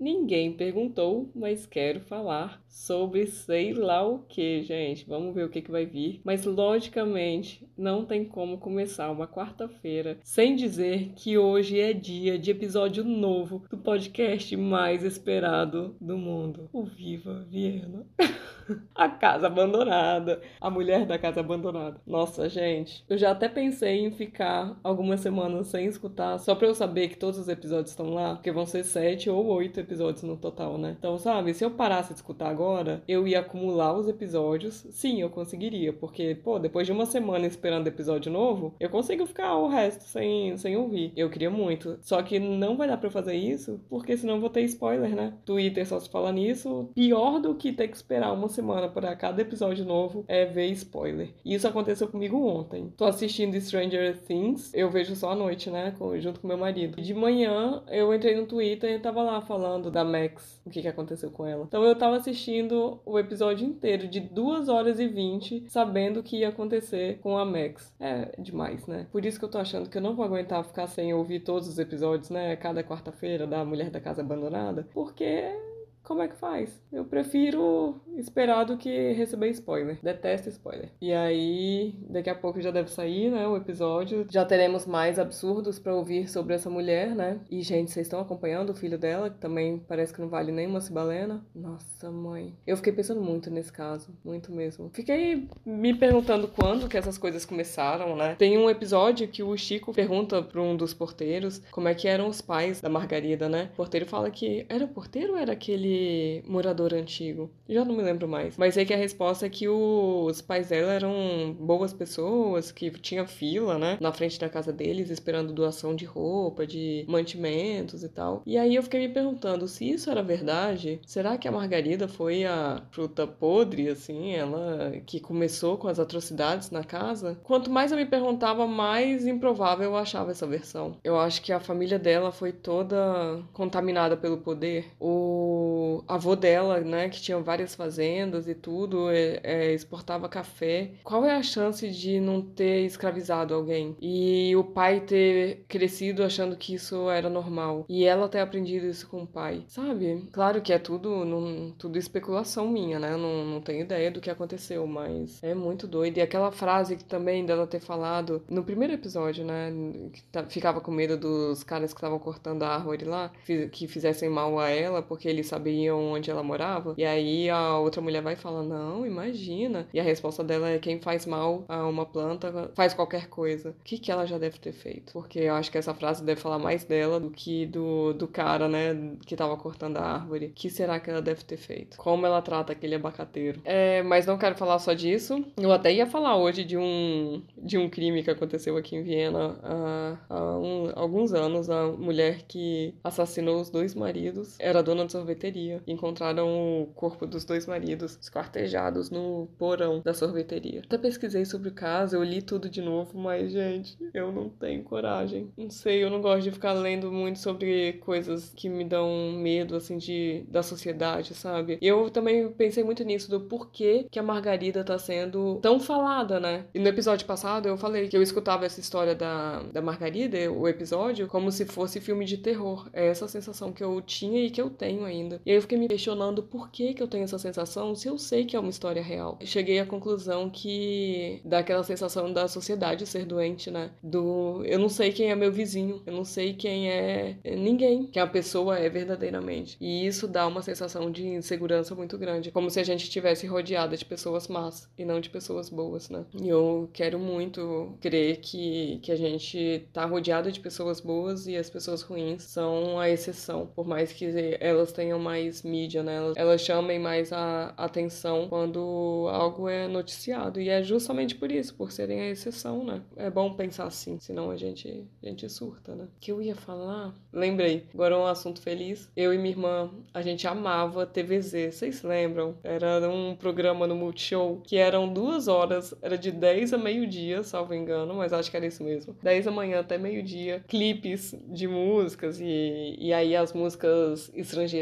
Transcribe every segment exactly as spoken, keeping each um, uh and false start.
Ninguém perguntou, mas quero falar sobre sei lá o que, gente. Vamos ver o que, que vai vir. Mas, logicamente, não tem como começar uma quarta-feira sem dizer que hoje é dia de episódio novo do podcast mais esperado do mundo. O Viva Viena. A Casa Abandonada. A Mulher da Casa Abandonada. Nossa, gente. Eu já até pensei em ficar algumas semanas sem escutar, só pra eu saber que todos os episódios estão lá, porque vão ser sete ou oito episódios no total, né? Então, sabe, se eu parasse de escutar agora, eu ia acumular os episódios. Sim, eu conseguiria, porque, pô, depois de uma semana esperando episódio novo, eu consigo ficar o resto sem, sem ouvir. Eu queria muito. Só que não vai dar pra eu fazer isso, porque senão eu vou ter spoiler, né? Twitter só se fala nisso. Pior do que ter que esperar uma semana para cada episódio novo é ver spoiler. E isso aconteceu comigo ontem. Tô assistindo Stranger Things, eu vejo só à noite, né? Com, junto com meu marido. De manhã eu entrei no Twitter e tava lá falando da Max, o que, que aconteceu com ela. Então eu tava assistindo o episódio inteiro de duas horas e vinte, sabendo o que ia acontecer com a Max. É demais, né? Por isso que eu tô achando que eu não vou aguentar ficar sem ouvir todos os episódios, né? Cada quarta-feira da Mulher da Casa Abandonada. Porque como é que faz? Eu prefiro esperar do que receber spoiler. Detesto spoiler. E aí, daqui a pouco já deve sair, né, o episódio. Já teremos mais absurdos pra ouvir sobre essa mulher, né? E, gente, vocês estão acompanhando o filho dela, que também parece que não vale nem uma cibalena? Nossa, mãe. Eu fiquei pensando muito nesse caso. Muito mesmo. Fiquei me perguntando quando que essas coisas começaram, né? Tem um episódio que o Chico pergunta pra um dos porteiros como é que eram os pais da Margarida, né? O porteiro fala que era o porteiro ou era aquele morador antigo? Já não me lembro mais. Mas sei que a resposta é que os pais dela eram boas pessoas, que tinha fila, né? Na frente da casa deles, esperando doação de roupa, de mantimentos e tal. E aí eu fiquei me perguntando se isso era verdade. Será que a Margarida foi a fruta podre, assim? Ela que começou com as atrocidades na casa? Quanto mais eu me perguntava, mais improvável eu achava essa versão. Eu acho que a família dela foi toda contaminada pelo poder. O o avô dela, né, que tinha várias fazendas e tudo, é, é, exportava café. Qual é a chance de não ter escravizado alguém? E o pai ter crescido achando que isso era normal. E ela ter aprendido isso com o pai, sabe? Claro que é tudo, não, tudo especulação minha, né? Eu não, não tenho ideia do que aconteceu, mas é muito doido. E aquela frase que também dela ter falado no primeiro episódio, né, que tá, ficava com medo dos caras que estavam cortando a árvore lá, que fizessem mal a ela, porque eles sabiam onde ela morava. E aí a outra mulher vai e fala, não, imagina. E a resposta dela é, quem faz mal a uma planta faz qualquer coisa. O que que ela já deve ter feito? Porque eu acho que essa frase deve falar mais dela do que do, do cara, né, que tava cortando a árvore. O que será que ela deve ter feito? Como ela trata aquele abacateiro? É, mas não quero falar só disso. Eu até ia falar hoje de um, de um crime que aconteceu aqui em Viena há, há um, alguns anos. A mulher que assassinou os dois maridos era dona de sorveteria. Encontraram o corpo dos dois maridos esquartejados no porão da sorveteria. Até pesquisei sobre o caso, eu li tudo de novo, mas, gente, eu não tenho coragem. Não sei, eu não gosto de ficar lendo muito sobre coisas que me dão medo, assim, de, da sociedade, sabe? Eu também pensei muito nisso, do porquê que a Margarida tá sendo tão falada, né? E no episódio passado eu falei que eu escutava essa história da, da Margarida, o episódio, como se fosse filme de terror. É essa sensação que eu tinha e que eu tenho ainda. E aí eu fiquei me questionando por que que eu tenho essa sensação se eu sei que é uma história real. Cheguei à conclusão que dá aquela sensação da sociedade ser doente, né? Do eu não sei quem é meu vizinho, eu não sei quem é ninguém, que a pessoa é verdadeiramente. E isso dá uma sensação de insegurança muito grande, como se a gente estivesse rodeada de pessoas más e não de pessoas boas, né? E eu quero muito crer que, que a gente tá rodeada de pessoas boas e as pessoas ruins são a exceção, por mais que elas tenham mais mídia, né? Elas, elas chamem mais a atenção quando algo é noticiado. E é justamente por isso, por serem a exceção, né? É bom pensar assim, senão a gente, a gente surta, né? O que eu ia falar? Lembrei. Agora é um assunto feliz. Eu e minha irmã, a gente amava T V Z. Vocês lembram? Era um programa no Multishow que eram duas horas. Era de dez a meio-dia, salvo engano, mas acho que era isso mesmo. dez da manhã até meio-dia. Clipes de músicas e, e aí as músicas estrangeiras tinham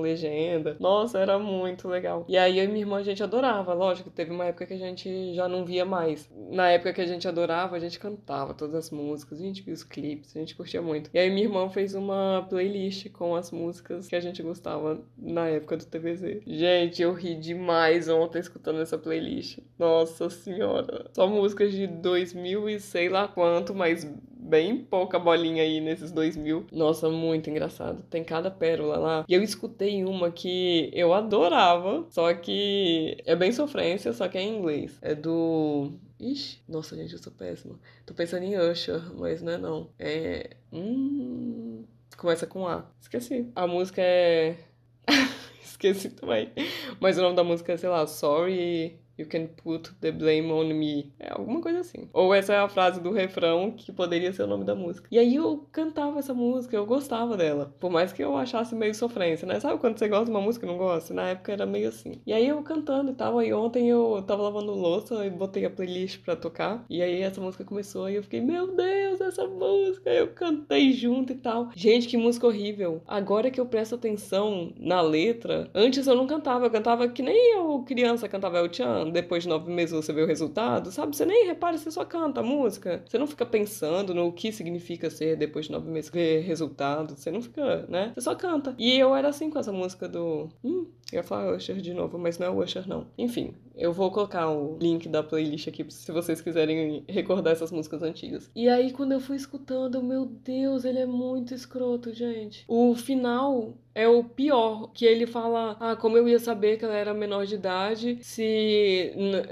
legenda. Nossa, era muito legal. E aí eu e minha irmã a gente adorava, lógico, teve uma época que a gente já não via mais. Na época que a gente adorava, a gente cantava todas as músicas, a gente via os clipes, a gente curtia muito. E aí minha irmã fez uma playlist com as músicas que a gente gostava na época do T V Z. Gente, eu ri demais ontem escutando essa playlist. Nossa senhora. Só músicas de dois mil e sei lá quanto, mas bem pouca bolinha aí nesses dois mil. Nossa, muito engraçado. Tem cada pérola lá. E eu escutei uma que eu adorava, só que é bem sofrência, só que é em inglês. É do... Ixi, nossa, gente, eu sou péssima. Tô pensando em Usher, mas não é não. É... Hum... Começa com A. Esqueci. A música é... Esqueci também. Mas o nome da música é, sei lá, Sorry... You can put the blame on me. É alguma coisa assim. Ou essa é a frase do refrão que poderia ser o nome da música. E aí eu cantava essa música, eu gostava dela. Por mais que eu achasse meio sofrência, né? Sabe quando você gosta de uma música e não gosta? Na época era meio assim. E aí eu cantando e tal. Aí ontem eu tava lavando louça e botei a playlist pra tocar. E aí essa música começou e eu fiquei, meu Deus, essa música. Eu cantei junto e tal. Gente, que música horrível. Agora que eu presto atenção na letra, antes eu não cantava. Eu cantava que nem eu, criança, cantava El Chan. Depois de nove meses você vê o resultado, sabe? Você nem repara, você só canta a música. Você não fica pensando no que significa ser depois de nove meses ver resultado. Você não fica, né? Você só canta. E eu era assim com essa música do... Hum, eu ia falar Usher de novo, mas não é o Usher, não. Enfim, eu vou colocar o link da playlist aqui se vocês quiserem recordar essas músicas antigas. E aí, quando eu fui escutando, meu Deus, ele é muito escroto, gente. O final... é o pior, que ele fala, ah, como eu ia saber que ela era menor de idade se,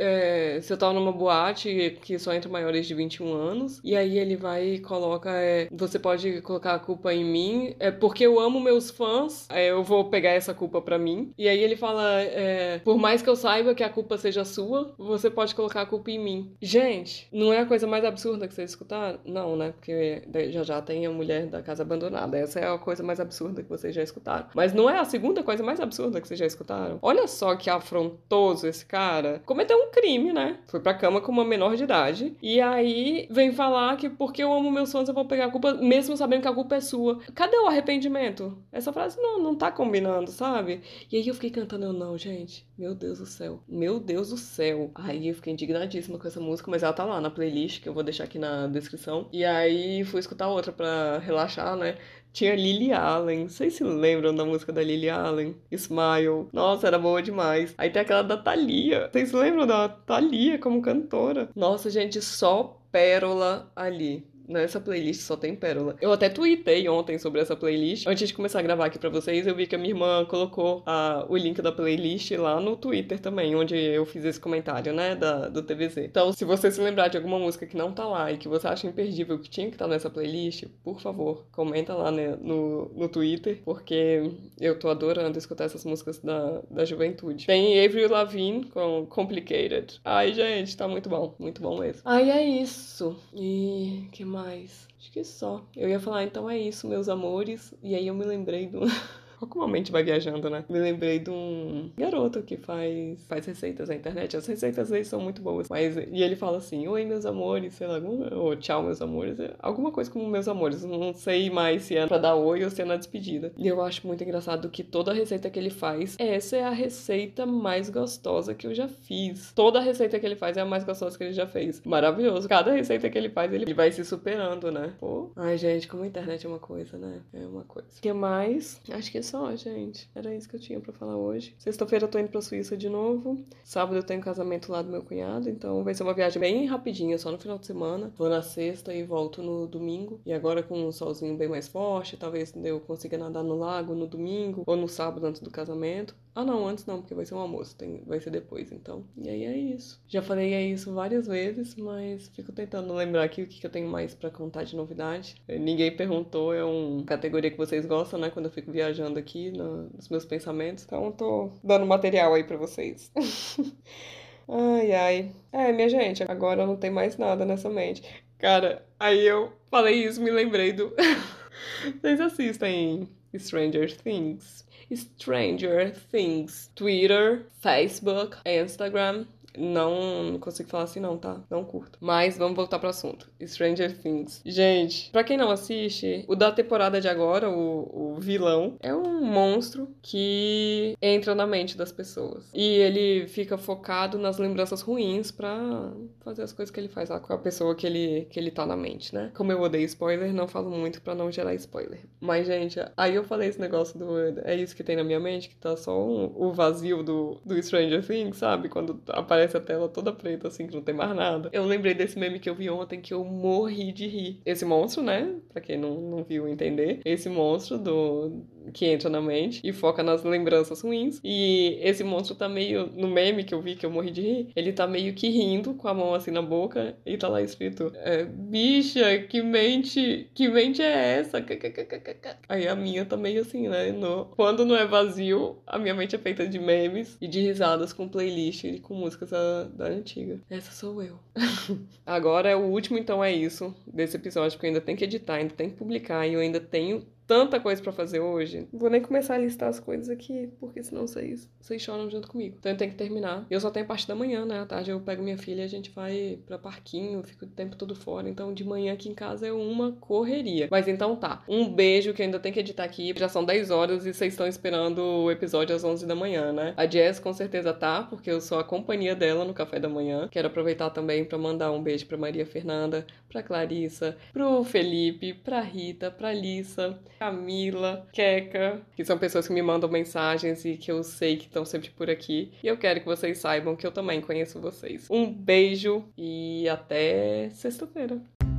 é, se eu tava numa boate que só entra maiores de vinte e um anos, e aí ele vai e coloca, é, você pode colocar a culpa em mim, é porque eu amo meus fãs, é, eu vou pegar essa culpa pra mim, e aí ele fala, é, por mais que eu saiba que a culpa seja sua, você pode colocar a culpa em mim. Gente, não é a coisa mais absurda que vocês escutaram? Não, né, porque já já tem a mulher da casa abandonada, essa é a coisa mais absurda que vocês já escutaram. Mas não é a segunda coisa mais absurda que vocês já escutaram? Olha só que afrontoso esse cara. Cometeu um crime, né? Foi pra cama com uma menor de idade. E aí vem falar que porque eu amo meus fãs eu vou pegar a culpa, mesmo sabendo que a culpa é sua. Cadê o arrependimento? Essa frase não, não tá combinando, sabe? E aí eu fiquei cantando, eu não, gente. Meu Deus do céu. Meu Deus do céu. Aí eu fiquei indignadíssima com essa música, mas ela tá lá na playlist, que eu vou deixar aqui na descrição. E aí fui escutar outra pra relaxar, né? Tinha Lily Allen. Vocês se lembram da música da Lily Allen? Smile. Nossa, era boa demais. Aí tem aquela da Thalia. Vocês se lembram da Thalia como cantora? Nossa, gente, só pérola ali. Nessa playlist só tem pérola. Eu até tuitei ontem sobre essa playlist. Antes de começar a gravar aqui pra vocês, eu vi que a minha irmã colocou a, o link da playlist lá no Twitter também, onde eu fiz esse comentário, né, da, do T V Z. Então, se você se lembrar de alguma música que não tá lá e que você acha imperdível, que tinha que estar nessa playlist, por favor, comenta lá, né, no, no Twitter, porque eu tô adorando escutar essas músicas da, da juventude. Tem Avril Lavigne com Complicated. Ai, gente, tá muito bom. Muito bom mesmo. Ai, é isso. E... que mais? Acho que só. Eu ia falar, então é isso, meus amores. E aí eu me lembrei do... Como a mente vai viajando, né? Me lembrei de um garoto que faz, faz receitas na internet. As receitas dele são muito boas. Mas, e ele fala assim, oi, meus amores, sei lá, ou tchau, meus amores. Alguma coisa como meus amores. Não sei mais se é pra dar oi ou se é na despedida. E eu acho muito engraçado que toda receita que ele faz, essa é a receita mais gostosa que eu já fiz. Toda receita que ele faz é a mais gostosa que ele já fez. Maravilhoso. Cada receita que ele faz, ele vai se superando, né? Pô. Ai, gente, como a internet é uma coisa, né? É uma coisa. O que mais? Acho que só, gente. Era isso que eu tinha pra falar hoje. Sexta-feira eu tô indo pra Suíça de novo. Sábado eu tenho casamento lá do meu cunhado, então vai ser uma viagem bem rapidinha, só no final de semana. Vou na sexta e volto no domingo. E agora com um solzinho bem mais forte, talvez eu consiga nadar no lago no domingo ou no sábado antes do casamento. Ah, não, antes não, porque vai ser um almoço, tem, vai ser depois, então. E aí é isso. Já falei é isso várias vezes, mas fico tentando lembrar aqui o que, que eu tenho mais pra contar de novidade. Ninguém perguntou, é uma categoria que vocês gostam, né, quando eu fico viajando aqui no, nos meus pensamentos. Então eu tô dando material aí pra vocês. Ai, ai. É, minha gente, agora não tem mais nada nessa mente. Cara, aí eu falei isso, me lembrei do... Vocês assistem Stranger Things? Stranger Things. Twitter, Facebook, Instagram. Não, não consigo falar assim não, tá? Não curto. Mas vamos voltar pro assunto. Stranger Things. Gente, pra quem não assiste, o da temporada de agora, o, o vilão, é um monstro que entra na mente das pessoas. E ele fica focado nas lembranças ruins pra fazer as coisas que ele faz lá com a pessoa que ele, que ele tá na mente, né? Como eu odeio spoiler, não falo muito pra não gerar spoiler. Mas, gente, aí eu falei esse negócio do... É isso que tem na minha mente, que tá só um, o vazio do, do Stranger Things, sabe? Quando aparece a tela toda preta, assim, que não tem mais nada. Eu lembrei desse meme que eu vi ontem, que eu morri de rir. Esse monstro, né? Pra quem não, não viu entender. Esse monstro do... que entra na mente e foca nas lembranças ruins. E esse monstro tá meio... No meme que eu vi, que eu morri de rir, ele tá meio que rindo, com a mão assim na boca, e tá lá escrito, é, bicha, que mente... Que mente é essa? Aí a minha tá meio assim, né? No... Quando não é vazio, a minha mente é feita de memes e de risadas com playlist e com músicas da, da antiga. Essa sou eu. Agora é o último, então é isso, desse episódio, porque eu ainda tenho que editar, ainda tenho que publicar, e eu ainda tenho tanta coisa pra fazer hoje. Não vou nem começar a listar as coisas aqui, porque senão vocês, vocês choram junto comigo. Então eu tenho que terminar. E eu só tenho a parte da manhã, né? À tarde eu pego minha filha e a gente vai pra parquinho, fico o tempo todo fora. Então de manhã aqui em casa é uma correria. Mas então tá. Um beijo, que eu ainda tenho que editar aqui. Já são dez horas e vocês estão esperando o episódio às onze da manhã, né? A Jess com certeza tá, porque eu sou a companhia dela no café da manhã. Quero aproveitar também pra mandar um beijo pra Maria Fernanda, pra Clarissa, pro Felipe, pra Rita, pra Lissa, Camila, Keka, que são pessoas que me mandam mensagens e que eu sei que estão sempre por aqui. E eu quero que vocês saibam que eu também conheço vocês. Um beijo e até sexta-feira.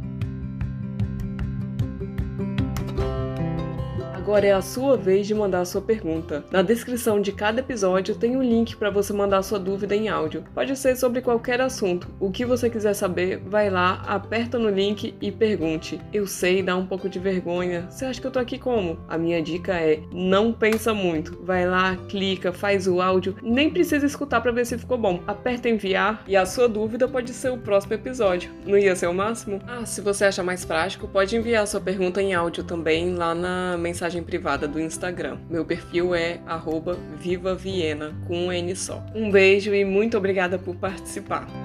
Agora é a sua vez de mandar a sua pergunta. Na descrição de cada episódio tem um link para você mandar a sua dúvida em áudio. Pode ser sobre qualquer assunto. O que você quiser saber, vai lá, aperta no link e pergunte. Eu sei, dá um pouco de vergonha. Você acha que eu tô aqui como? A minha dica é, não pensa muito. Vai lá, clica, faz o áudio. Nem precisa escutar para ver se ficou bom. Aperta enviar e a sua dúvida pode ser o próximo episódio. Não ia ser o máximo? Ah, se você acha mais prático, pode enviar a sua pergunta em áudio também lá na mensagem privada do Instagram. Meu perfil é arroba vivaviena, com um N só. Um beijo e muito obrigada por participar.